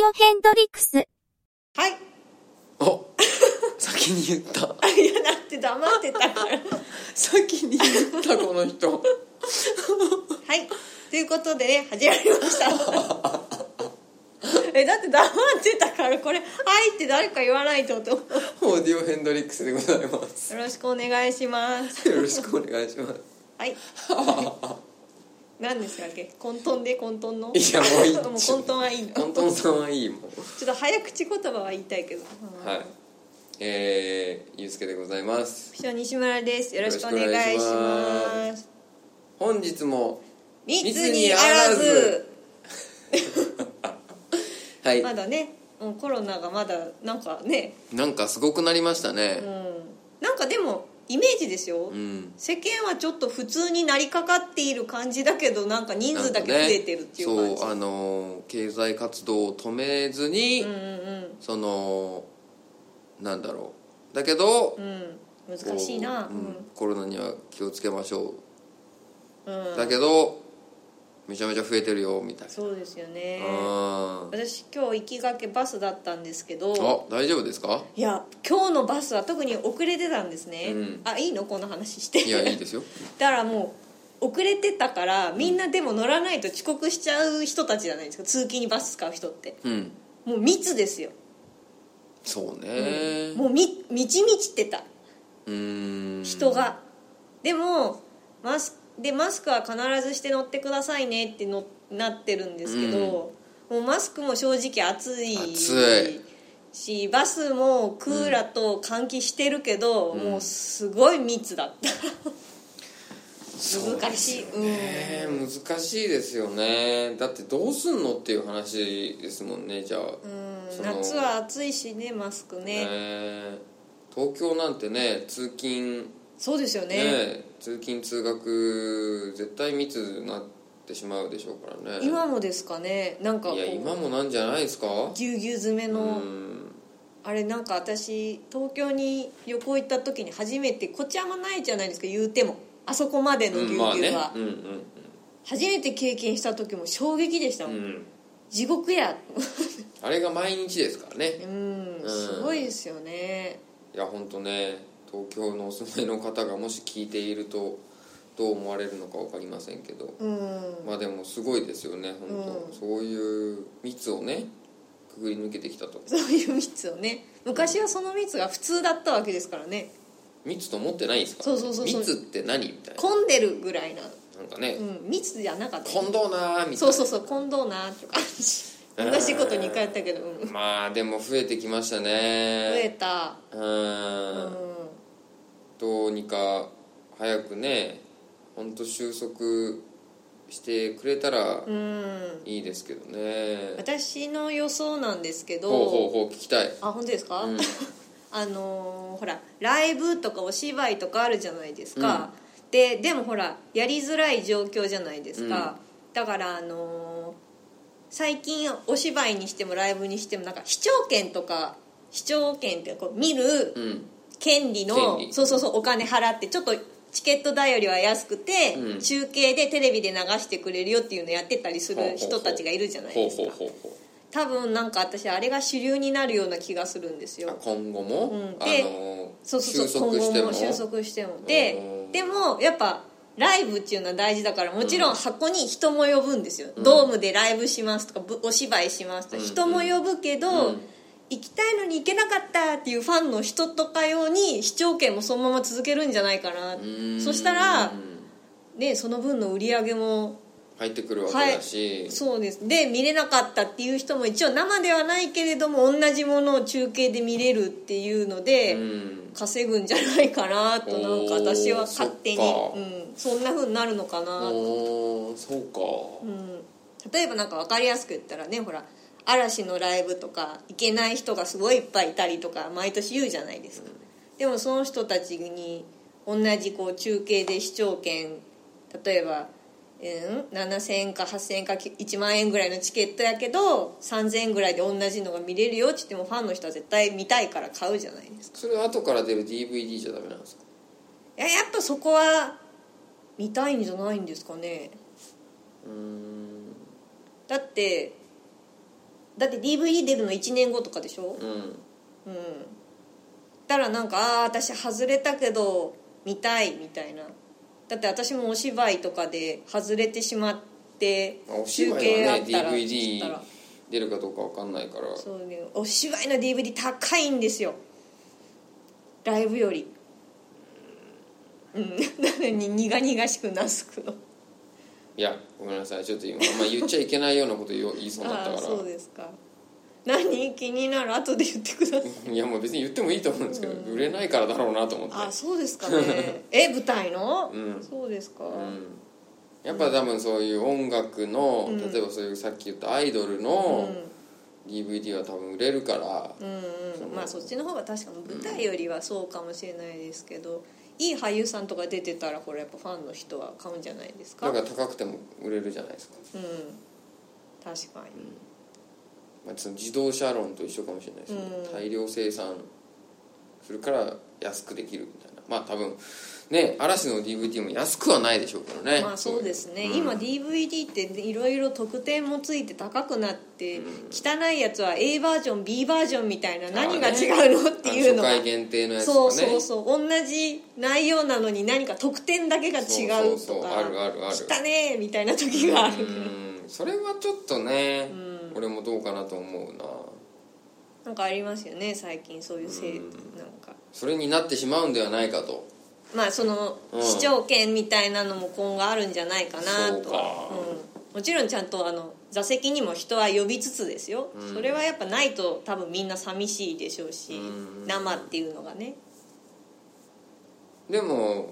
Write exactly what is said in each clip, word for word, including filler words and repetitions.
オヘンドリックス。 はい。 お先に言った。 いやだって黙ってたから先に言ったこの人はいということで始まりましたえだって黙ってたからこれはいって誰か言わないととオーディオヘンドリックスでございます。 よろしくお願いします。 よろしくお願いしますはい何ですかっけ、混沌で混沌のいやもういいもう混沌はいいの混沌さんはいいもん。 ちょっと早口言葉は言いたいけど、 はい、えー、ゆうすけでございます。 秘書西村です。よろしくお願いします。 本日も密にあらずはい、 まだね、もうコロナがまだなんかね、 なんかすごくなりましたね、 うん、なんかでもイメージですよ、うん、世間はちょっと普通になりかかっている感じだけどなんか人数だけ増えてるっていう感じ、 ね、そうあの経済活動を止めずに、うんうんうん、そのなんだろうだけど、 うん、難しいな、 うん、コロナには気をつけましょう、うん、だけどめちゃめちゃ増えてるよみたいな。 そうですよね。私今日行きがけバスだったんですけど、 あ、大丈夫ですか？ いや今日のバスは特に遅れてたんですね、うん、あいいのこんな話して。 いやいいですよだからもう遅れてたからみんなでも乗らないと遅刻しちゃう人たちじゃないですか、通勤にバス使う人って、うん、もう密ですよ。 そうね、 うん、もうみ満ち満ちてた、うーん人が。でもマスでマスクは必ずして乗ってくださいねってのなってるんですけど、うん、もうマスクも正直暑いしバスもクーラーと換気してるけど、うん、もうすごい密だった難しい、 ね、うん、難しいですよね。だってどうすんのっていう話ですもんね。じゃあ、うん、 夏は暑いしねマスク ね, ね東京なんてね通勤そうですよ ね, ね通勤通学絶対密になってしまうでしょうからね。 今もですかね。なんかいや今もなんじゃないですか、 ぎゅうぎゅう詰めの、あれなんか私東京に旅行行った時に初めて、こっちあんまないじゃないですか言うてもあそこまでのぎゅうぎゅうは、うんまあねうんうんうん、初めて経験した時も衝撃でしたもん、うん、地獄やあれが毎日ですからね。 うん、うん、すごいですよね。 いや本当ね東京のお住まいの方がもし聞いているとどう思われるのか分かりませんけど、うん、まあでもすごいですよね本当、うん、そういう密をねくぐり抜けてきたと。 そういう密をね、昔はその密が普通だったわけですからね。 密と思ってないんですか、ね、 そうそうそうそう、 密って何みたいな、 混んでるぐらいななんかね、 うん、密じゃなかった、 混んどうなーみたいな。 そうそうそう混んどうなーって感じ同じことにかいやったけど、うん、 まあでも増えてきましたね。 増えた。うん、うんどうにか早くね本当収束してくれたらいいですけどね、 うん、私の予想なんですけど。 ほうほうほう聞きたい。 あ本当ですか、うん、あのー、ほらライブとかお芝居とかあるじゃないですか、うん、で, でもほらやりづらい状況じゃないですか、うん、だからあのー、最近お芝居にしてもライブにしてもなんか視聴券とか視聴券ってこう見る、うん権利の権利そうそうそうお金払ってちょっとチケット代よりは安くて、うん、中継でテレビで流してくれるよっていうのやってたりする人たちがいるじゃないですか。多分なんか私あれが主流になるような気がするんですよ今後も、うん、 で、 あのー、 そうそうそう今後も収束してもででもやっぱライブっていうのは大事だからもちろん箱に人も呼ぶんですよ、うん、ドームでライブしますとかお芝居しますとか人も呼ぶけど、うんうん行きたいのに行けなかったっていうファンの人とか用に視聴券もそのまま続けるんじゃないかな。そしたら、ね、その分の売り上げも入ってくるわけだし、 はい、そうですで見れなかったっていう人も一応生ではないけれども同じものを中継で見れるっていうので稼ぐんじゃないかなとなんか私は勝手に そ,、うん、そんな風になるのかなと。 そうか、 うん、例えばなんか分かりやすく言ったらねほら嵐のライブとか行けない人がすごいいっぱいいたりとか毎年言うじゃないですか、うん、でもその人たちに同じこう中継で視聴券例えば、うん、ななせんえんかはっせんえんかいちまんえんぐらいのチケットやけどさんぜんえんぐらいで同じのが見れるよって言ってもファンの人は絶対見たいから買うじゃないですか。 それは後から出る ディーブイディー じゃダメなんですか？ いややっぱそこは見たいんじゃないんですかね。うーんだってだって ディーブイディー 出るのいちねんごとかでしょ。 うんうんたらなんかああ私外れたけど見たいみたいな。だって私もお芝居とかで外れてしまってお芝居はね ディーブイディー 出るかどうか分かんないから。 そうねお芝居の ディーブイディー 高いんですよライブより。うんなのに苦々しくなすくの。 いやごめんなさいちょっと今あんま言っちゃいけないようなこと言いそうになったからあそうですか。何気になる後で言ってください。 いやもう別に言ってもいいと思うんですけど、うん、売れないからだろうなと思って。 あそうですかねえ舞台の、うん、そうですか、うん、 やっぱ多分そういう音楽の、うん、例えばそういうさっき言ったアイドルの ディーブイディー は多分売れるから、 うんうん、まあそっちの方が確かに舞台よりはそうかもしれないですけど、うん、いい俳優さんとか出てたらこれやっぱファンの人は買うんじゃないですか。 だから高くても売れるじゃないですか。 うん確かに、うんまあ、その自動車論と一緒かもしれないですね、うん、大量生産するから安くできるみたいな。まあ多分ね嵐の ディーブイディー も安くはないでしょうけどね。 まあそうですね、うん、今 ディーブイディー っていろいろ特典もついて高くなって、うん、汚いやつは A バージョン B バージョンみたいな何が違うのっていうのが、 初回限定のやつとかね。 そうそうそう同じ内容なのに何か特典だけが違うとかそうそうそうあるあるある汚ねえみたいな時がある。 うんそれはちょっとね、うん俺もどうかなと思うな。 なんかありますよね最近そういうせい、うん、なんかそれになってしまうんではないかと。 まあその視聴券みたいなのも今後あるんじゃないかなと。そうか、うん、もちろんちゃんとあの座席にも人は呼びつつですよ、うん、それはやっぱないと多分みんな寂しいでしょうし、うん、生っていうのがね。 でも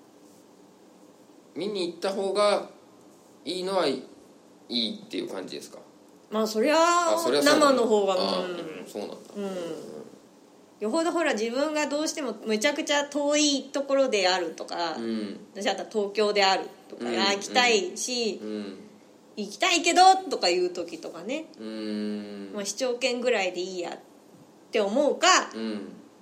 見に行った方がいいのはいいっていう感じですか。 まあそりゃ生の方がうんそうなんだ、 うん、よほどほら自分がどうしてもめちゃくちゃ遠いところであるとか、うん、私だったら東京であるとか、うん、行きたいし、うん、行きたいけどとかいう時とかね、うんまあ、視聴券ぐらいでいいやって思うか、うん、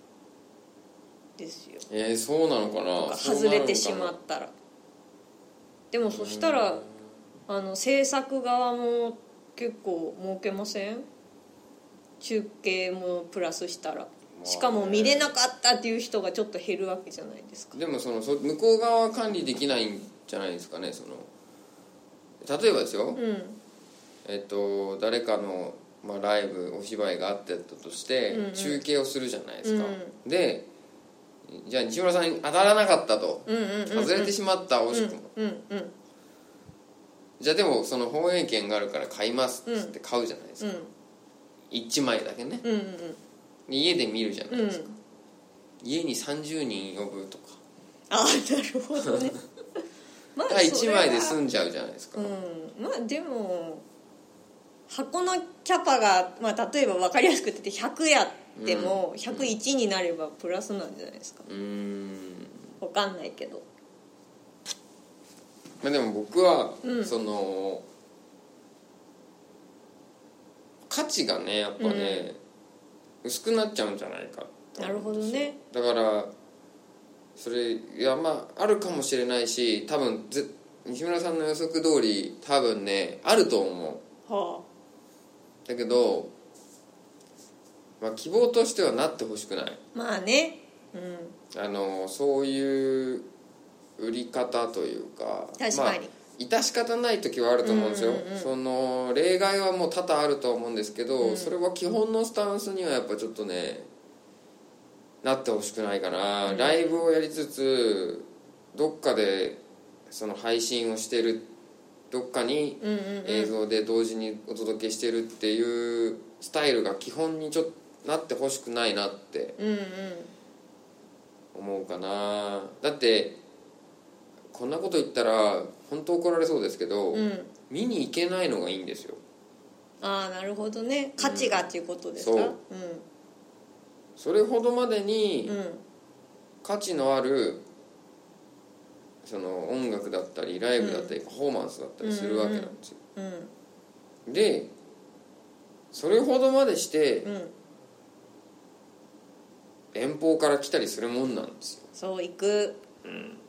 ですよ。 えー、そうなのかな。 とか外れてしまったら。でもそしたらあの制作側も結構儲けません？中継もプラスしたら、しかも見れなかったっていう人がちょっと減るわけじゃないですか。 でもそのそ向こう側は管理できないんじゃないですかね。その例えばですよ、うん、えっと誰かの、まあ、ライブお芝居があってたとして、うんうん、中継をするじゃないですか、うん、でじゃあ西村さんに当たらなかったと、うんうんうんうん、外れてしまった惜しくも、うんうんうん、じゃあでもその放映権があるから買いますって買うじゃないですか、うん、いちまいだけね、うんうんうん、家で見るじゃないですか、うん、家にさんじゅうにん呼ぶとか。 ああなるほどねまあいちまいで済んじゃうじゃないですか、 うん、まあでも箱のキャパが、まあ、例えば分かりやすく言ってひゃくやってもひゃくいちになればプラスなんじゃないですか。うーん分かんないけど、 まあ、でも僕は、うん、その価値がねやっぱね、うん、薄くなっちゃうんじゃないか。 なるほどね。 だからそれいやまああるかもしれないし、多分ぜ西村さんの予測通り多分ねあると思う、はあ、だけど、まあ、希望としてはなってほしくない。 まあね、うん、 あのそういう売り方というか確かに、 まあ、致し方ない時はあると思うんですよ、うんうんうん、その例外はもう多々あると思うんですけど、うん、それは基本のスタンスにはやっぱちょっとねなってほしくないかな、うん、ライブをやりつつどっかでその配信をしてる、どっかに映像で同時にお届けしてるっていうスタイルが基本にちょっとなってほしくないなって思うかな。だってこんなこと言ったら本当怒られそうですけど、うん、見に行けないのがいいんですよ。 ああなるほどね、価値がっていうことですか、うん、そう、うん、 それほどまでに価値のあるその音楽だったりライブだったりパフォーマンスだったりするわけなんですよ、うんうんうん、でそれほどまでして、うん、遠方から来たりするもんなんですよ。 そう行く、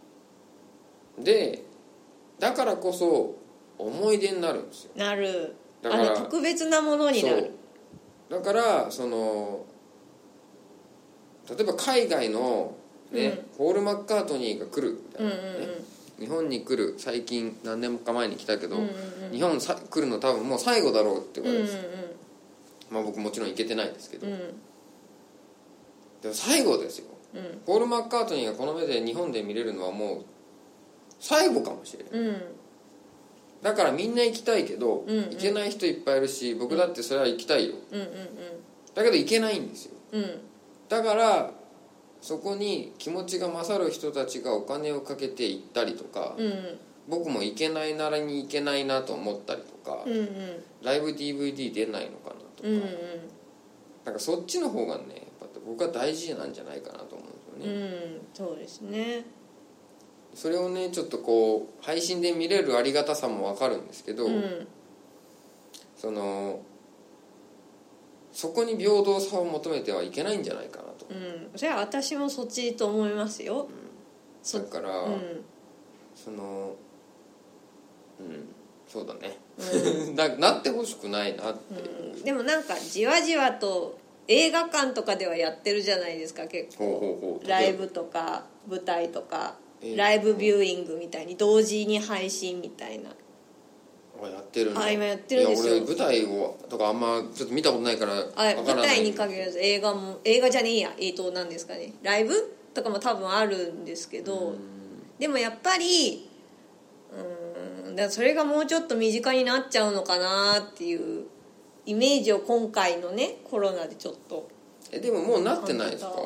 うん、でだからこそ思い出になるんですよ。 なるだからあの特別なものになる。 だからその例えば海外の、ねうん、ポール・マッカートニーが来るみたいな、ね、うんうんうん、日本に来る、最近何年か前に来たけど、うんうんうん、日本さ来るの多分もう最後だろうって言われて、うんうんうん、まあ僕もちろん行けてないですけど、うん、でも最後ですよ、うん、ポール・マッカートニーがこの目で日本で見れるのはもう最後かもしれない、うん、だからみんな行きたいけど、うんうん、行けない人いっぱいいるし、僕だってそれは行きたいよ、うんうんうん、だけど行けないんですよ、うん、だからそこに気持ちが勝る人たちがお金をかけて行ったりとか、うん、僕も行けないならに行けないなと思ったりとか、うんうん、ライブ ディーブイディー 出ないのかなとか、うんうん、なんかそっちの方がねやっぱ僕は大事なんじゃないかなと思うんですよね、 うん、そうですね。 それをねちょっとこう配信で見れるありがたさも分かるんですけど、うん、そのそこに平等さを求めてはいけないんじゃないかなと、うん、 それは私もそっちと思いますよ、 うん、だから、うん、そのうんそうだね、うん、な, なってほしくないなっていう、 うん、でもなんかじわじわと映画館とかではやってるじゃないですか結構。ほうほうほう、ライブとか舞台とか、えー、ライブビューイングみたいに同時に配信みたいな。 あ、やってるんだ。 あ、今やってるんですよ。 いや俺舞台をとかあんまちょっと見たことないから分からない。 舞台に限らず映画も、映画じゃねえや、えーとなんですかね、ライブとかも多分あるんですけど、でもやっぱりうーんだからそれがもうちょっと身近になっちゃうのかなっていうイメージを今回のねコロナでちょっと。 えでももうなってないですか？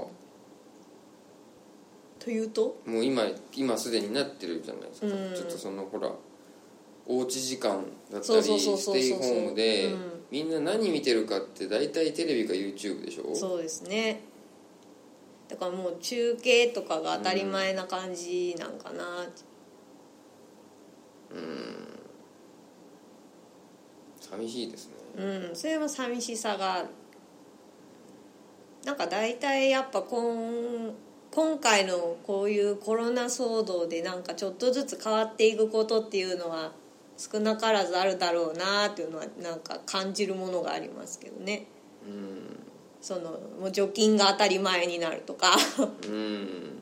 というともう今今すでになってるじゃないですか、うん、ちょっとそのほらおうち時間だったりステイホームで、うん、みんな何見てるかって大体テレビか YouTube でしょ。 そうですね。だからもう中継とかが当たり前な感じなんかな。 うん、うん寂しいですね。 うん、それは寂しさがある。なんか大体やっぱ今今回のこういうコロナ騒動でなんかちょっとずつ変わっていくことっていうのは少なからずあるだろうなっていうのはなんか感じるものがありますけどね。うん、そのもう除菌が当たり前になるとかうん、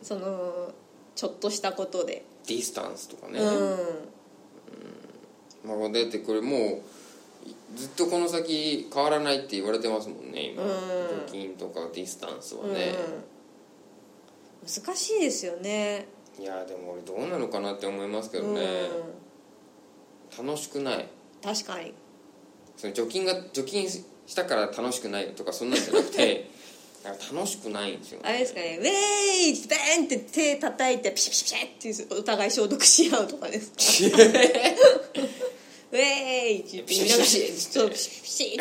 そのちょっとしたことでディスタンスとかね、うんうん、まあだってこれもうずっとこの先変わらないって言われてますもんね今、うん、除菌とかディスタンスはね、 うん、難しいですよね。 いやでも俺どうなのかなって思いますけどね、うん、楽しくない。 確かにその除菌が除菌したから楽しくないとかそんなんじゃなくて楽しくないんですよ、ね、 あれですかね、ウェーイベーンって手叩いてピシピシピシってお互い消毒し合うとかですかウェーイってピシピシピシそうピシピシ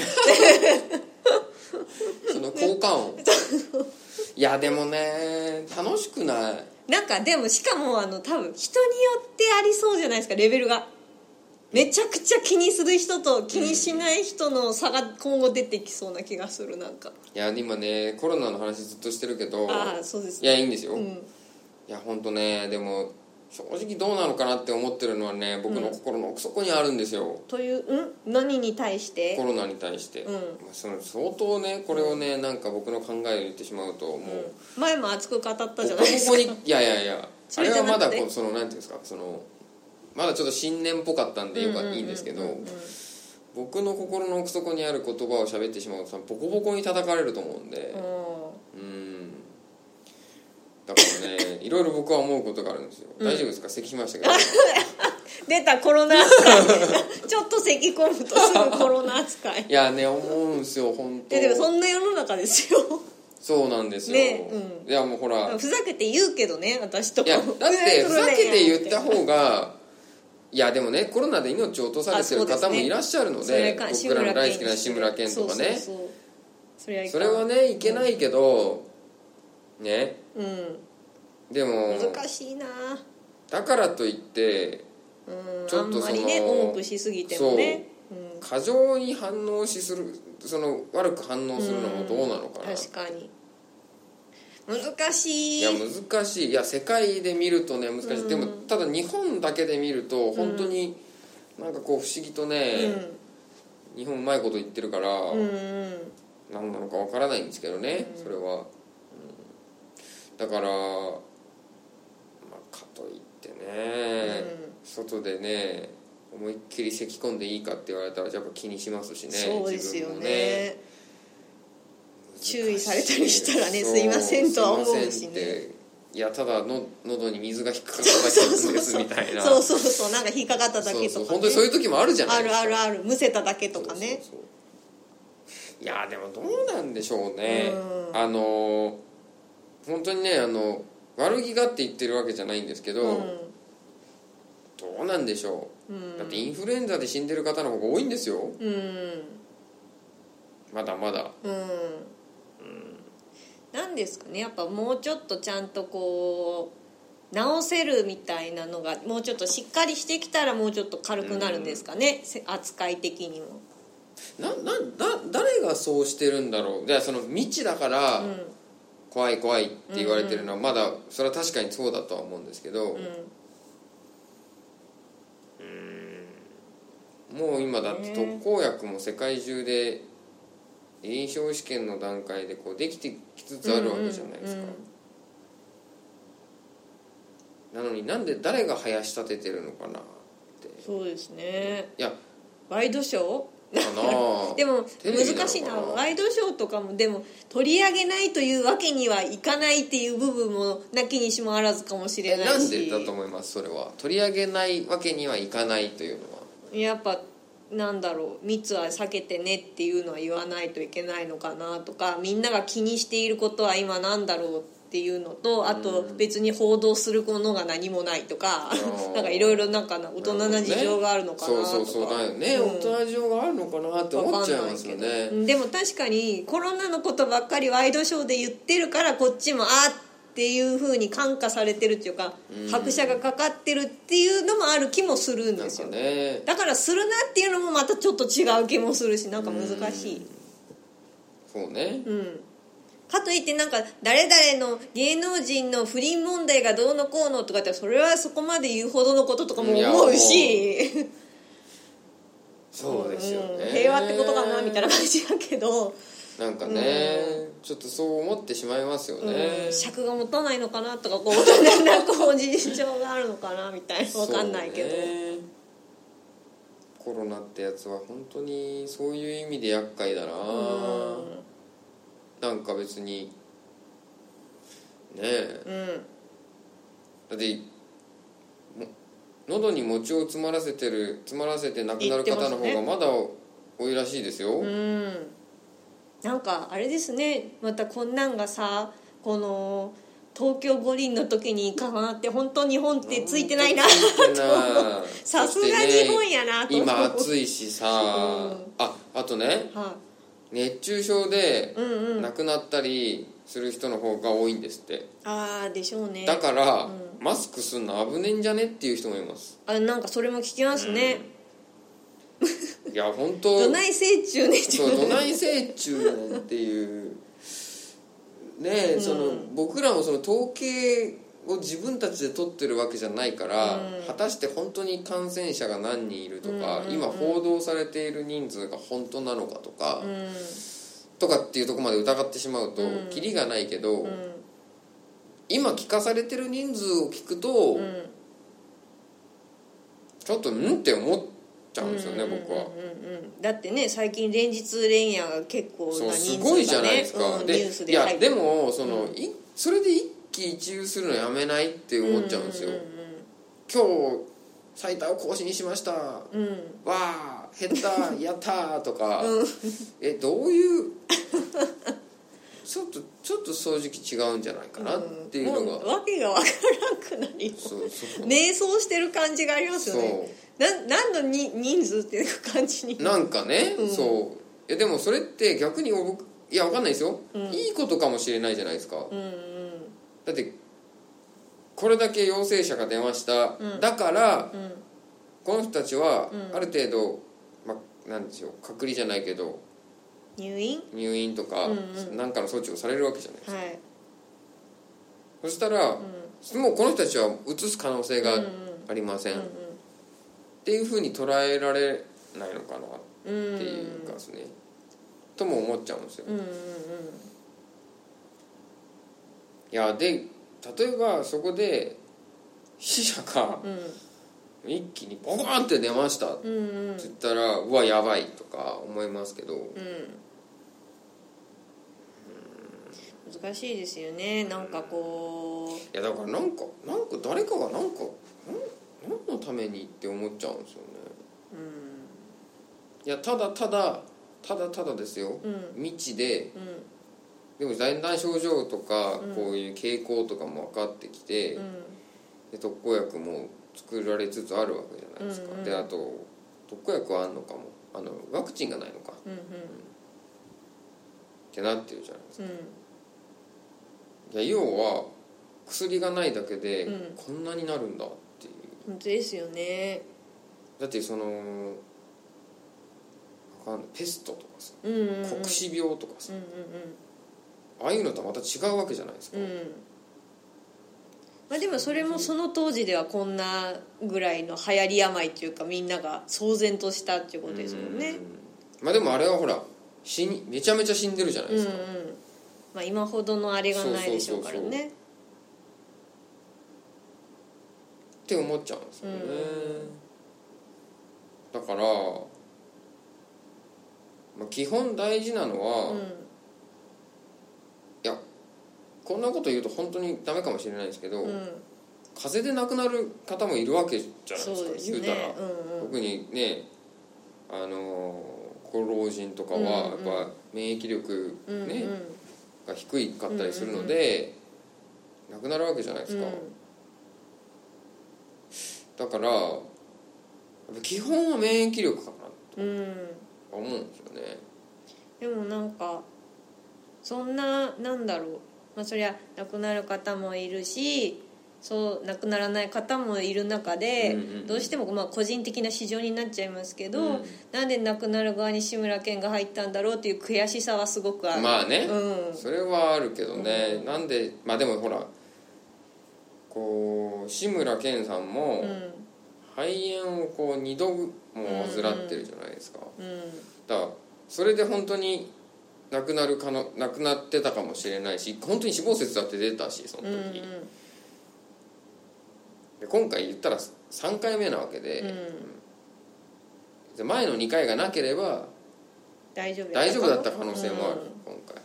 その効果音いやでもね楽しくない。 なんかでもしかもあの多分人によってありそうじゃないですかレベルが。めちゃくちゃ気にする人と気にしない人の差が今後出てきそうな気がする。なんかいや今ねコロナの話ずっとしてるけど、 あそうです、ね、 いやいいんですよ、うん、いや本当ねでも正直どうなのかなって思ってるのはね僕の心の奥底にあるんですよ、うん、 という、うん、何に対して？ コロナに対して、うんまあ、その相当ねこれをねなんか僕の考えを言ってしまうともう、 うん、前も熱く語ったじゃないですか。 ここにいやいやいやあれはまだこうそのなんていうんですかそのまだちょっと新年っぽかったんでよかいいんですけど僕の心の奥底にある言葉を喋ってしまうとボコボコに叩かれると思うんでうんだからねいろいろ僕は思うことがあるんですよ、うん、大丈夫ですか咳しましたけど出たコロナ扱いちょっと咳込むとすぐコロナ扱いいやね思うんですよ本当。 でもそんな世の中ですよそうなんですよ、ねうん、いやもうほらふざけて言うけどね私とか。 いやだってふざけて言った方がいやでもねコロナで命を落とされてる方もいらっしゃるの で, で僕らの大好きな志村けんとかねそうそうそう そ, れはそれはねいけないけど、うん、ね、うん、でも難しいな。 だからといってうんちょっとそのあんまりね重くしすぎてもねそう、うん、過剰に反応しするその悪く反応するのもどうなのかな、うん、 確かに難しい。 いや難しい。いや世界で見るとね難しい、うん、でもただ日本だけで見ると本当になんかこう不思議とね、 日本うまいこと言ってるから、 うんうん、 何なのかわからないんですけどね、 うん、 それは、うん、だから、まあ、かといってね、うん、外でね思いっきり咳込んでいいかって言われたらやっぱ気にしますしね。 そうですよ ね, ね注意されたりしたらね、すいませんとは思うしね。 いやただの喉に水が引っかかっただけなんですみたいなそうそうそう、なんか引っかかっただけとか、ね、 そうそう本当にそういう時もあるじゃないですか。 あるあるある、むせただけとかね。 そうそうそう、いやでもどうなんでしょうね。うんあの本当にねあの悪気がって言ってるわけじゃないんですけど、うん、どうなんでしょう、うん、だってインフルエンザで死んでる方の方が多いんですよ、うん、まだまだ、うんうん、 なんですかね、やっぱもうちょっとちゃんとこう治せるみたいなのがもうちょっとしっかりしてきたらもうちょっと軽くなるんですかね、うん、扱い的にも。 ななだ誰がそうしてるんだろう。いやその未知だから、うん怖い怖いって言われてるのはまだそれは確かにそうだとは思うんですけど、うん、うんもう今だって特効薬も世界中で臨床試験の段階でこうできてきつつあるわけじゃないですか、うんうんうん、なのになんで誰が生やし立ててるのかなって。 そうですね。 いやワイドショーかなでも難しいな。ワイドショーとかもでも取り上げないというわけにはいかないっていう部分もなきにしもあらずかもしれないし。 なんでだと思います。それは取り上げないわけにはいかないというのはやっぱなんだろう、密は避けてねっていうのは言わないといけないのかなとか、みんなが気にしていることは今なんだろうっていうのと、あと別に報道するものが何もないとか、なんかいろいろなんか大人な事情があるのかなとか、 そうそうそうだよね、うん、大人事情があるのかなって思っちゃいますよね。 でも確かにコロナのことばっかりワイドショーで言ってるからこっちもあっていう風に感化されてるっていうか、うん、拍車がかかってるっていうのもある気もするんですよ、ね、だからするなっていうのもまたちょっと違う気もするし、なんか難しい、うん、 そうね、 うんかといってなんか誰々の芸能人の不倫問題がどうのこうのとかってそれはそこまで言うほどのこととかも思うしそうですよね、 うん、平和ってことかなみたいな感じだけどなんかね、うん、ちょっとそう思ってしまいますよね、 うん、尺が持たないのかなとかこうなんかこう事情があるのかなみたいな分かんないけど、ね、 コロナってやつは本当にそういう意味で厄介だな、うんなんか別にねえ、うん、だって喉に餅を詰まらせてる詰まらせて亡くなる方の方がまだ多いらしいですよ、ね、うんなんかあれですね、またこんなんがさこの東京五輪の時に重なって本当日本ってついてないなとさすが日本やなと思う、 ね、今暑いしさ、うん、ああとね、はあ熱中症で亡くなったりする人の方が多いんですって、うんうん、 ああでしょうね。 だから、うん、マスクすんの危ねえんじゃねっていう人もいます。 あなんかそれも聞きますね、 うん、いや本当どないせいちゅうねそうどないせいちゅうねんっていうねえ、うん、その僕らもその統計を自分たちで取ってるわけじゃないから、うん、果たして本当に感染者が何人いるとか、うんうんうん、今報道されている人数が本当なのかとか、うん、とかっていうところまで疑ってしまうと、うん、キリがないけど、うん、今聞かされてる人数を聞くと、うん、ちょっとんって思っちゃうんですよね、うんうんうんうん、僕は。 だってね最近連日連夜が結構な人数が、ね、 すごいじゃないですか、うん、 でニュースで入っていやでもその、うん、いそれで一喜一憂するのやめないって思っちゃうんですよ、うんうんうん、今日最多を更新しました、うん、わあ減ったやったーとか、うん、えどういうちょっとちょっと正直違うんじゃないかなっていうのが、うん、もう訳が分からなくなりそうそう瞑想してる感じがありますよね。な何のに人数っていう感じになんかね、うん、そういやでもそれって逆に僕いや分かんないですよ、うん、いいことかもしれないじゃないですか、うんうん、だってこれだけ陽性者が出ました、うん、だから、うん、この人たちはある程度、まあ、なんでしょう隔離じゃないけど入院入院とか何、うん、かの措置をされるわけじゃないですか、はい、そしたら、うん、もうこの人たちはうつす可能性がありません、うんうん、っていうふうに捉えられないのかなっっていうかですね、とも思っちゃうんですよ、 うんうんうん、 いやで例えばそこで死者が一気にボコーンって出ましたって言ったら、うわやばいとか思いますけど、うん、 難しいですよね。なんかこう、 いやだからなんかなんか誰かがなんか何のためにって思っちゃうんですよね、うん、いやただただただただですよ、うん、未知で、うん、でもだんだん症状とか、うん、こういう傾向とかも分かってきて、うん、で特効薬も作られつつあるわけじゃないですか、うんうん、であと特効薬はあんのかも、あのワクチンがないのか、うんうん、ってなってるじゃないですか、うん、いや要は薬がないだけでこんなになるんだっていう、 うん、本当ですよね。 だってそのペストとかさ、うんうんうん、黒死病とかさ、うんうんうん、ああいうのとはまた違うわけじゃないですか、うん、 まあ、でもそれもその当時ではこんなぐらいの流行り病っていうかみんなが騒然としたっていうことですもんね、 うん、まあでもあれはほら死にめちゃめちゃ死んでるじゃないですか、うんうん、 まあ、今ほどのあれがないでしょうからね、そうそうそうそうって思っちゃうんですよね、うん、だから、まあ、基本大事なのは、うん、いやこんなこと言うと本当にダメかもしれないですけど、うん、風邪で亡くなる方もいるわけじゃないですか、ですね、言うたら、うんうん、特にねあのご老人とかはやっぱ免疫力ね、うんうん、が低いかったりするので、うんうん、亡くなるわけじゃないですか、うん、だから基本は免疫力かなと思うんですよね、 うん、でもなんかそんななんだろう、まあ、そりゃ亡くなる方もいるしそう亡くならない方もいる中で、うんうんうん、どうしてもまあ個人的な市場になっちゃいますけど、うん、なんで亡くなる側に志村けんが入ったんだろうっていう悔しさはすごくある。 まあね、うん、それはあるけどね、うん、なんでまあでもほらこう志村けんさんも、うん、肺炎をこうにども患ってるじゃないですか、うんうん、だからそれで本当に亡くなるかの亡くなってたかもしれないし、本当に死亡説だって出たしその時、うんうん、で今回言ったらさんかいめなわけで、うん、前のにかいがなければ大丈夫大丈夫だった可能性もある、うん、今回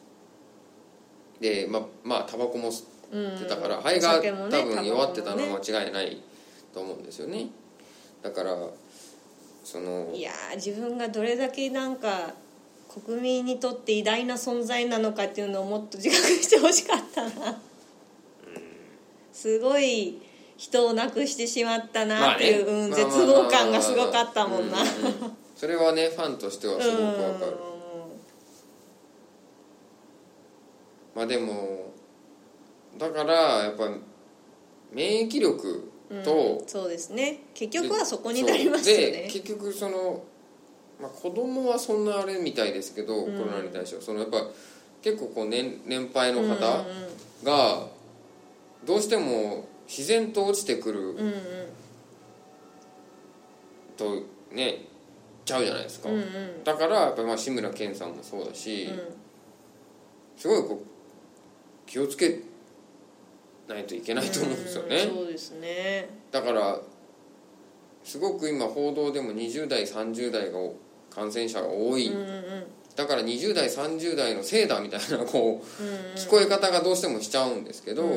でままあタバコも吸ってたから、うん、肺が多分弱ってたのは間違いないと思うんですよね。だからそのいや自分がどれだけなんか国民にとって偉大な存在なのかっていうのをもっと自覚してほしかったな、うん、すごい人を亡くしてしまったなっていう、まあね、うん、絶望感がすごかったもんな、うんうん、 それはねファンとしてはすごくわかる、うん、まあでもだからやっぱ免疫力と、 うん、そうですね結局はそこになりますよね。 で結局そのまあ、子供はそんなあれみたいですけど、うん、コロナに対してはそのやっぱ結構こう 年, 年配の方がどうしても自然と落ちてくる、うんうん、とねちゃうじゃないですか、うんうん、だからやっぱりまあ志村けんさんもそうだし、うん、すごいこう気をつけないといけないと思うんですよね、 うん、そうですね。 だからすごく今報道でもにじゅう代さんじゅう代が感染者が多い、うんうん、だからにじゅう代さんじゅう代のせいだみたいなこう、うんうん、聞こえ方がどうしてもしちゃうんですけど、うんうん、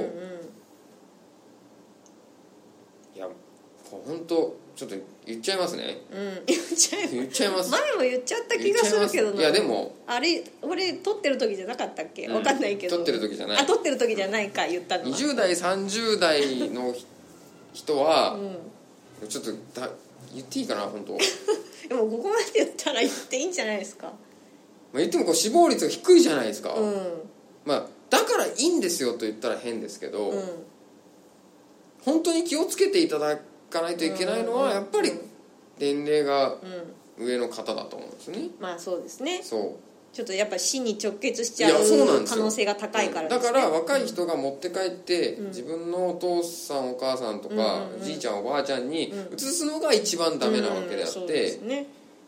いや本当ちょっと言っちゃいますね、 うん、言っちゃいます言っちゃいます前も言っちゃった気がするけどな。 いやでもあれ俺撮ってる時じゃなかったっけ、うん、分かんないけど撮ってる時じゃないあ撮ってる時じゃないか言ったのはにじゅう代さんじゅう代の人は、うん、ちょっとだ言っていいかな本当でもここまで言ったら言っていいんじゃないですか。 まあ、言ってもこう死亡率が低いじゃないですか、うん、まあだからいいんですよと言ったら変ですけど、うん、本当に気をつけていただかないといけないのはやっぱり年齢が上の方だと思うんですね、うん、 まあそうですね。 そうちょっとやっぱ死に直結しちゃう可能性が高いからですね。 だから若い人が持って帰って、うん、自分のお父さんお母さんとか、うんうんうん、じいちゃんおばあちゃんに移すのが一番ダメなわけであって、うんうんうん、そうですね、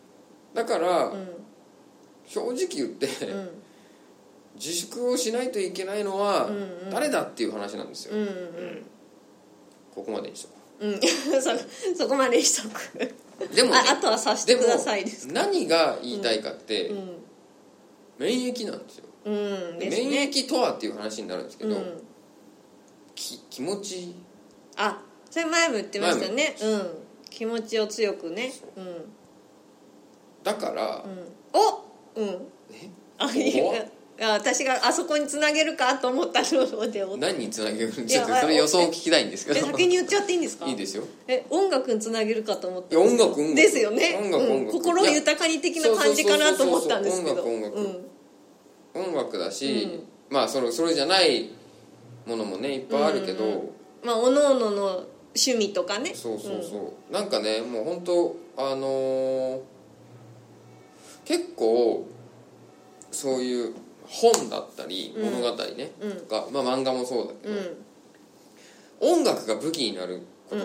だから、 うん、 正直言って、うん、自粛をしないといけないのは誰だっていう話なんですよ、うんうんうん、ここまでにしとこう、うん、そ, そこまでにしとくでも、ね、 あ, あとはさせてくださいですか。 何が言いたいかって、うんうん、免疫なんですよ、 うんですね、 免疫とはっていう話になるんですけど、うん、き気持ちあそれ前も言ってましたね、うん、気持ちを強くね、うん、 だから、 うん、おうんえあいや私があそこにつなげるかと思ったので何につなげるんですか。それ予想を聞きたいんですけど。 え先に言っちゃっていいんですか。 いいですよ。 え音楽につなげるかと思ったんですけど。音楽音楽ですよね。 音楽音楽、 うん、心豊かに的な感じかなと思ったんですけど。 音楽音楽、うん、音楽だし、うん、まあそれそれじゃないものもねいっぱいあるけど、うんうん、 まあ各々の趣味とかね。 そうそうそう、うん、なんかねもう本当あのー、結構そういう本だったり物語ね、うん、が、まあ、漫画もそうだけど、うん、音楽が武器になることって、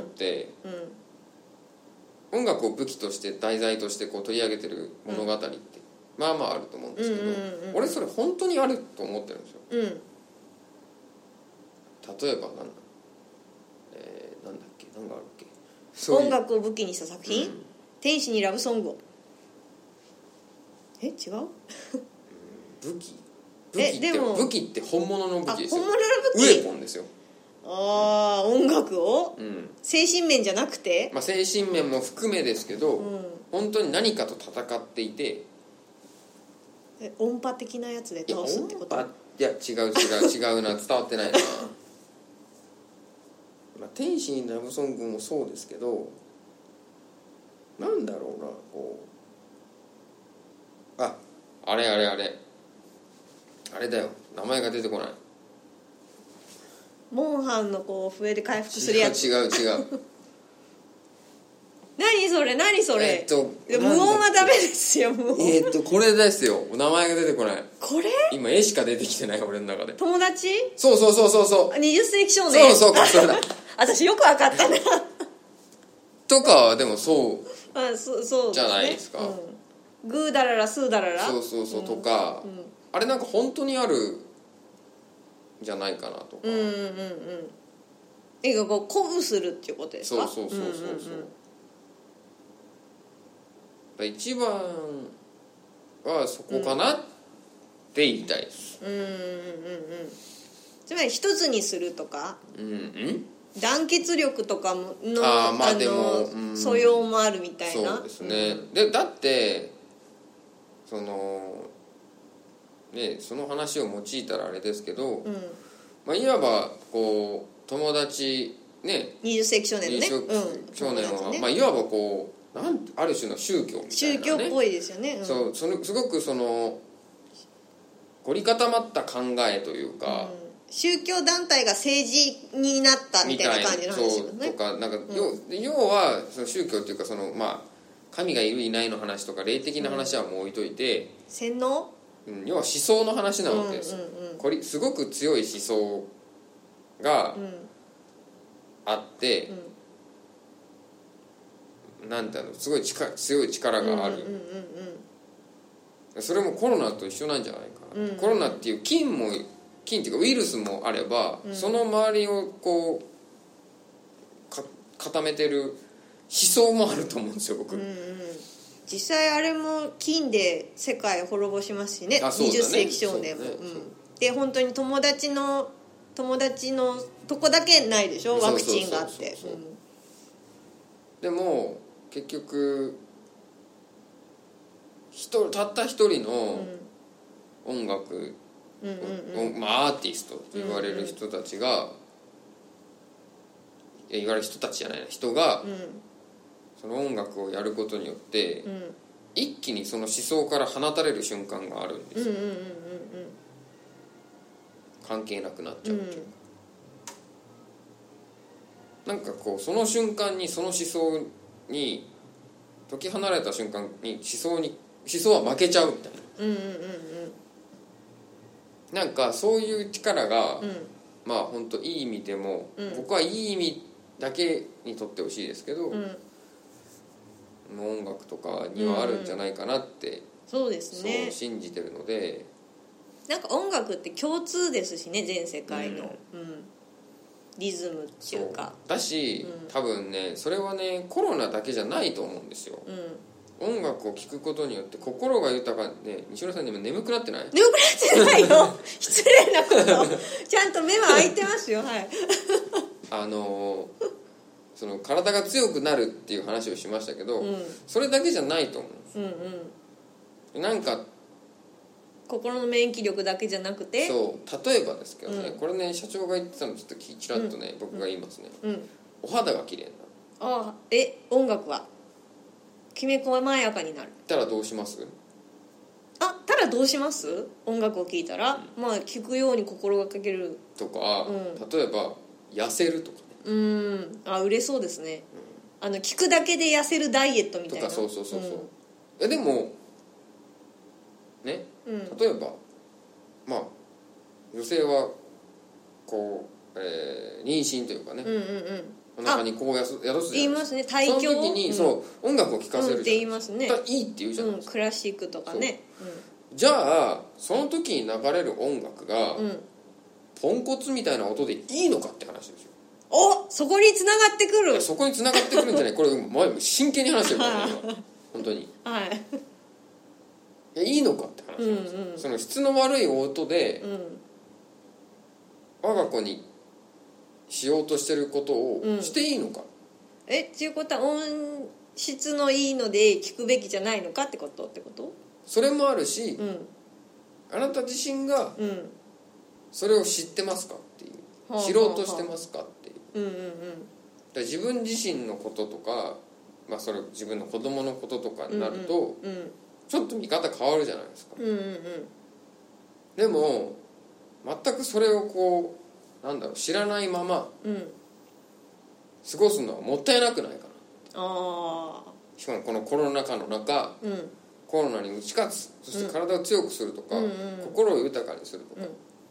うんうん、音楽を武器として題材としてこう取り上げてる物語って、うん、まあまああると思うんですけど、うんうんうんうん、俺それ本当にあると思ってるんですよ、うん、例えばなんだ、えー、なんだっけ何があるっけそういう音楽を武器にした作品、うん、天使にラブソングをえ違う武器武器って武器って本物の武器ですよ。 本物の武器ウェポンですよ。 ああ音楽を、うん、精神面じゃなくて、 まあ、精神面も含めですけど、うん、本当に何かと戦っていてえ音波的なやつで倒すってこと。 いや違う違う違うな伝わってないなまあ天使にラブソングもそうですけどなんだろうなこうああれあれあれあれだよ名前が出てこないモンハンのこう笛で回復するやつ違う違う違う何それ何それ、 えっと、 無音はダメですよ無音えー、っとこれですよ名前が出てこないこれ今絵しか出てきてない俺の中で友達そうそうそうそうそうはたち世紀少年そうそうそれだ私よく分かったなとかでもそうあそそう、ね、 じゃないですか、 うん、グーダララスーダララそうそうそう、うん、とか、うん、あれなんか本当にあるじゃないかなとかうんうんうんうんえこう鼓舞するっていうことですか。 そうそうそうそうそう、うんうんうん、一番はそこかなって言いたいです、うん、うんうんうんつまり一つにするとか、 うんうん、 団結力とかのあ、まあ、でも、 うん、素養もあるみたいな。 そうですね、うん、でだってそのねその話を用いたらあれですけど、うんまあ、いわばこう友達ねにじゅっ世紀少年のね、 うん、少年は、ねまあ、いわばこうなんある種の宗教みたいな、ね、 宗教っぽいですよね、うん、 そうそのすごくその凝り固まった考えというか、うん、 宗教団体が政治になったみたいな感じなんですよね。 そうとかなんか、うん、要はその宗教っていうかそのまあ神がいるいないの話とか霊的な話はもう置いといて、うん、 洗脳、 うん、要は思想の話なわけです、うんうんうん、これすごく強い思想があって、うん、なんだろうすごい力強い力がある、うんうんうんうん、それもコロナと一緒なんじゃないかな、うんうん、コロナっていう菌も菌っていうかウイルスもあれば、うん、その周りをこうか固めてる思想もあると思うんですよ僕、うんうん、 実際あれも菌で世界を滅ぼしますしね、ねにじゅっ世紀少年も、ねうん、で本当に友達の友達のとこだけないでしょワクチンがあってでも結局人たった一人の音楽、うんうんうんまあ、アーティストと言われる人たちが、うんうん、言われる人たちじゃないな人が、うん、その音楽をやることによって、うん、一気にその思想から放たれる瞬間があるんですよ、うんうんうんうん、関係なくなっちゃうっていうか、うん、なんかこうその瞬間にその思想に解き放たれた瞬間に思想に思想は負けちゃうみたいな、うんうんうんうん、なんかそういう力が、うん、まあ本当いい意味でも、うん、僕はいい意味だけにとってほしいですけど、うん、 の音楽とかにはあるんじゃないかなって、うんうん、 そうですね、 そう信じてるので、 なんか音楽って共通ですしね、全世界の、うんうん、リズムっていうかだし、うん、多分ねそれはねコロナだけじゃないと思うんですよ、うん、音楽を聴くことによって心が豊かね。西村さんでも眠くなってない？ 眠くなってないよ失礼なことちゃんと目は開いてますよはいあのその体が強くなるっていう話をしましたけど、うん、それだけじゃないと思う、うんうん、なんか心の免疫力だけじゃなくて、 そう例えばですけどね、うん、これね社長が言ってたのちょっとちらっとね、うん、僕が言いますね、うん、お肌が綺麗になる。 ああ、え音楽はきめ細やかになる。 たらどうします？ あたらどうします？音楽を聴いたら、うん、まあ聴くように心がけけるとか、うん、例えば痩せるとかね。 うんあ売れそうですね、うん、あの聴くだけで痩せるダイエットみたいなとかそうそうそうそう、うん、えでもね、うん、例えばまあ女性はこう、えー、妊娠というかね、うんうんうん、お腹にこうやす宿すじゃないですか。 言いますね。胎教。 その時に、うん、そう音楽を聴かせるじゃないですか、うん、って言いますね。 いいって言うじゃないですか、 うん、クラシックとかね、 うん、じゃあその時に流れる音楽が、うん、ポンコツみたいな音でいいのかって話ですよ。 おそこに繋がってくる。 いやそこに繋がってくるんじゃないこれ前真剣に話してるからね今本当に、はい、いやいいのかって話なんですよ、うんうん、その質の悪い音で、うん、我が子にしようとしてることをしていいのか、 うん、えっていうことは音質のいいので聞くべきじゃないのかってことってことそれもあるし、うん、あなた自身がそれを知ってますかっていう、うん、知ろうとしてますかっていう、うんうんうん、だ自分自身のこととか、まあ、それ自分の子供のこととかになると、うんうんうん、ちょっと見方変わるじゃないですか、うんうんうん、でも全くそれをこうなんだろう知らないまま過ごすのはもったいなくないかな、あしかもこのコロナ禍の中、うん、コロナに打ち勝つそして体を強くするとか、うんうんうん、心を豊かにするとか、うん、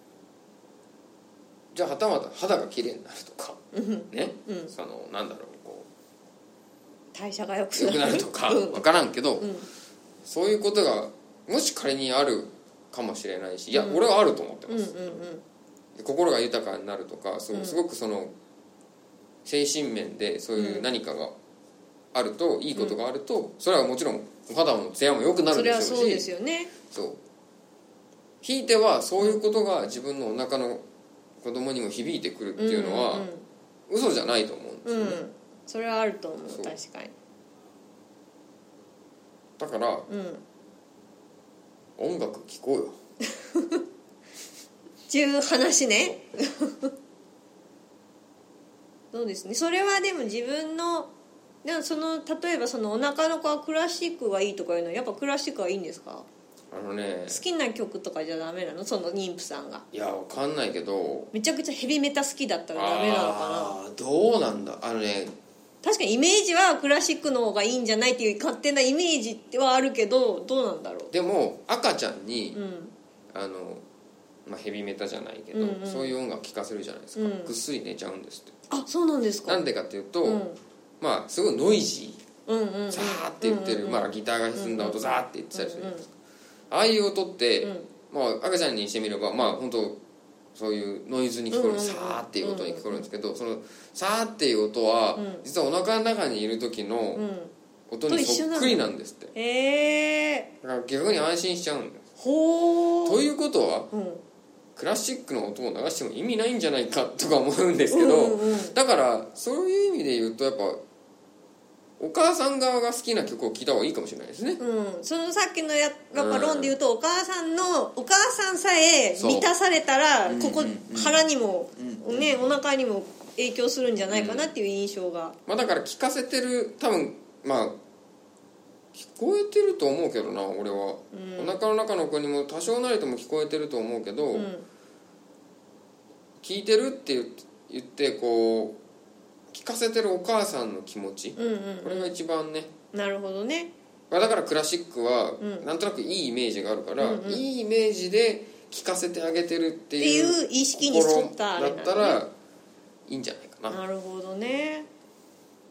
じゃあはたまた肌が綺麗になるとか、うん、ね、うん、そのなんだろうこう代謝が良くなるとか分からんけど、うん、そういうことがもし仮にあるかもしれないし、いや、うん、俺はあると思ってます、うんうんうん、心が豊かになるとかすごく、すごくその精神面でそういう何かがあると、うん、いいことがあるとそれはもちろんお肌の艶も良くなるでしょうし、 それはそうですよね。 そうひいてはそういうことが自分のお腹の子供にも響いてくるっていうのは、うんうんうん、嘘じゃないと思うんですよね、うん、 それはあると思う。確かにだから、うん、音楽聴こうよっていう話ねそうですね。それはでも自分のでもその例えばそのお腹の子はクラシックがいいとかいうのはやっぱクラシックはいいんですか？ あのね好きな曲とかじゃダメなの？その妊婦さんが。 いやわかんないけどめちゃくちゃヘビメタ好きだったらダメなのかな。 あどうなんだ。あのね確かにイメージはクラシックの方がいいんじゃないっていう勝手なイメージはあるけどどうなんだろう。 でも赤ちゃんに、うん、あのまあ、ヘビメタじゃないけど、うんうん、そういう音楽聴かせるじゃないですか、うん、ぐっすり寝ちゃうんですって。あそうなんですか。なんでかっていうと、うん、まあすごいノイジー、うんうんうん、ザーって言ってる、うんうんうんまあ、ギターが歪んだ音ザーって言ってたりするじゃないですか、うんうん、ああいう音って、うんまあ、赤ちゃんにしてみればまあ本当そういうノイズに聞こえる、うんうんうん、サーっていう音に聞こえるんですけど、そのサーっていう音は、うん、実はお腹の中にいる時の音にそっくりなんですって。へえー、だから逆に安心しちゃうんです。ほーということは、うんクラシックの音を流しても意味ないんじゃないかとか思うんですけど、うんうん、だからそういう意味で言うとやっぱお母さん側が好きな曲を聴いた方がいいかもしれないですね、うん、そのさっきのやっぱ論で言うと、うん、お母さんのお母さんさえ満たされたらここ、うんうんうん、腹にも、うんね、お腹にも影響するんじゃないかなっていう印象が、うんまあ、だから聴かせてる多分まあ聞こえてると思うけどな俺は、うん、お腹の中の子にも多少なりとも聞こえてると思うけど、うん、聞いてるって言ってこう聞かせてるお母さんの気持ち、うんうんうん、これが一番ね。なるほどね。だからクラシックはなんとなくいいイメージがあるから、うんうん、いいイメージで聞かせてあげてるっていう意識に沿ったあれだったらいいんじゃないかな。なるほどね。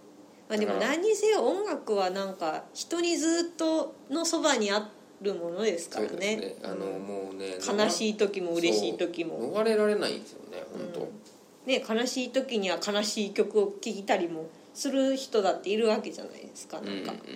まあ、でも何にせよ音楽はなんか人にずっとのそばにあるものですからね。そうですね、 あのもうね悲しい時も嬉しい時も逃れられないんですよね本当、 うんね、悲しい時には悲しい曲を聴いたりもする人だっているわけじゃないですか。なんか、うんうんうん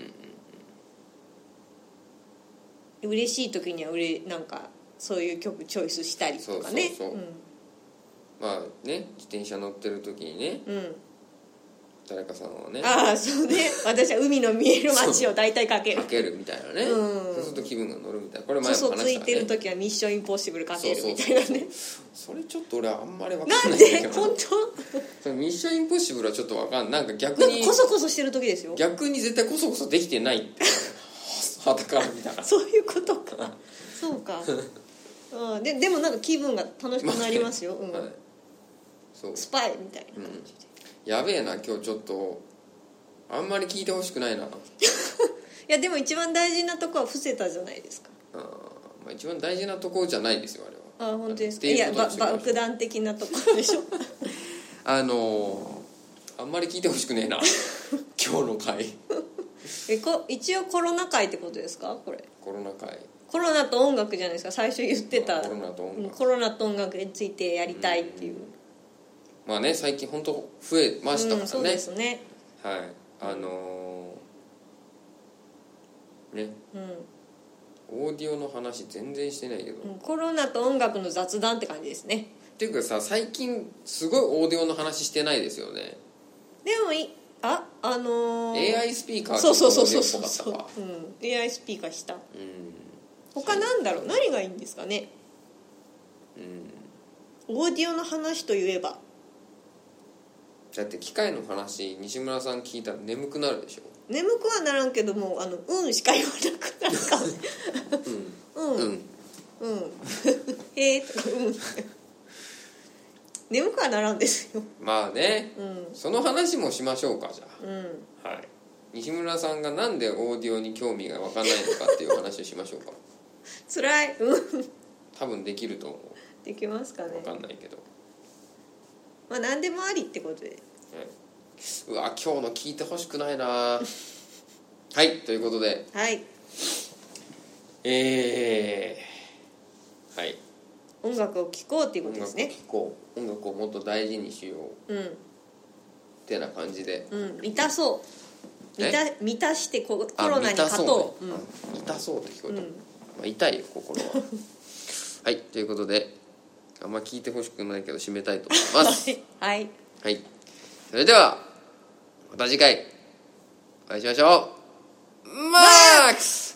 うん、嬉しい時にはうれなんかそういう曲チョイスしたりとかね。 そうそうそう、うん、まあね自転車乗ってる時にね、うん、誰かさんはねああそうね私は海の見える街を大体かけるかけるみたいなね、うん、そうすると気分が乗るみたいな。これ前も話したね。 嘘ついてる時はミッションインポッシブルかけるみたいなね。そうそうそうそれちょっと俺あんまり分かんないんだけど。なんで本当ミッションインポッシブルはちょっと分かんない。なんか逆になんかコソコソしてる時ですよ。 逆に絶対コソコソできてないってはたから見たらそういうことかそうかあで, でもなんか気分が楽しくなりますよ、まあねうんはい、そうスパイみたいな感じで、 うん、やべえな今日ちょっとあんまり聞いてほしくないないやでも一番大事なとこは伏せたじゃないですか。 あ、まあ、一番大事なところじゃないですよあれは。 あ本当ですか。いや爆弾的なところでしょあのー、あんまり聞いてほしくねえな今日の回えこ一応コロナ回ってことですかこれ。 コロナ回コロナと音楽じゃないですか最初言ってた、まあ、コロナと音楽コロナと音楽についてやりたいっていう、うん、 まあね最近本当増えましたからね、うん、 そうですねはいあのー、ね、うん、オーディオの話全然してないけど、 うん、コロナと音楽の雑談って感じですね。 っていうかさ最近すごいオーディオの話してないですよね。 でもいああのー、 エーアイ スピーカーそうそうそうそうそうそう、うん、エーアイ スピーカーした、うん、他なんだろう何がいいんですかね、うん、オーディオの話といえばだって機械の話西村さん聞いたら眠くなるでしょ。 眠くはならんけどもあのうんしか言わなくなるかもうんうんうん、うん、へえとかうん眠くはならんですよ。 まあね、うん、その話もしましょうかじゃあ、うんはい、西村さんがなんでオーディオに興味が湧かないのかっていう話をしましょうかつらい多分できると思う。 できますかね分かんないけどまあ何でもありってことで、はい、 うわ今日の聞いてほしくないなはいということではいえー、はい音楽を聴こうっていうことですね。 音楽を聴こう音楽をもっと大事にしよう、うん、ってな感じで、 うん、満たそう満た満たしてコロナに勝とう、 うん、満たそうって聞こえた、うんまあ、痛いよ心ははいということであんま聞いてほしくないけど締めたいと思いますはい、 はい、それではまた次回お会いしましょう。マックス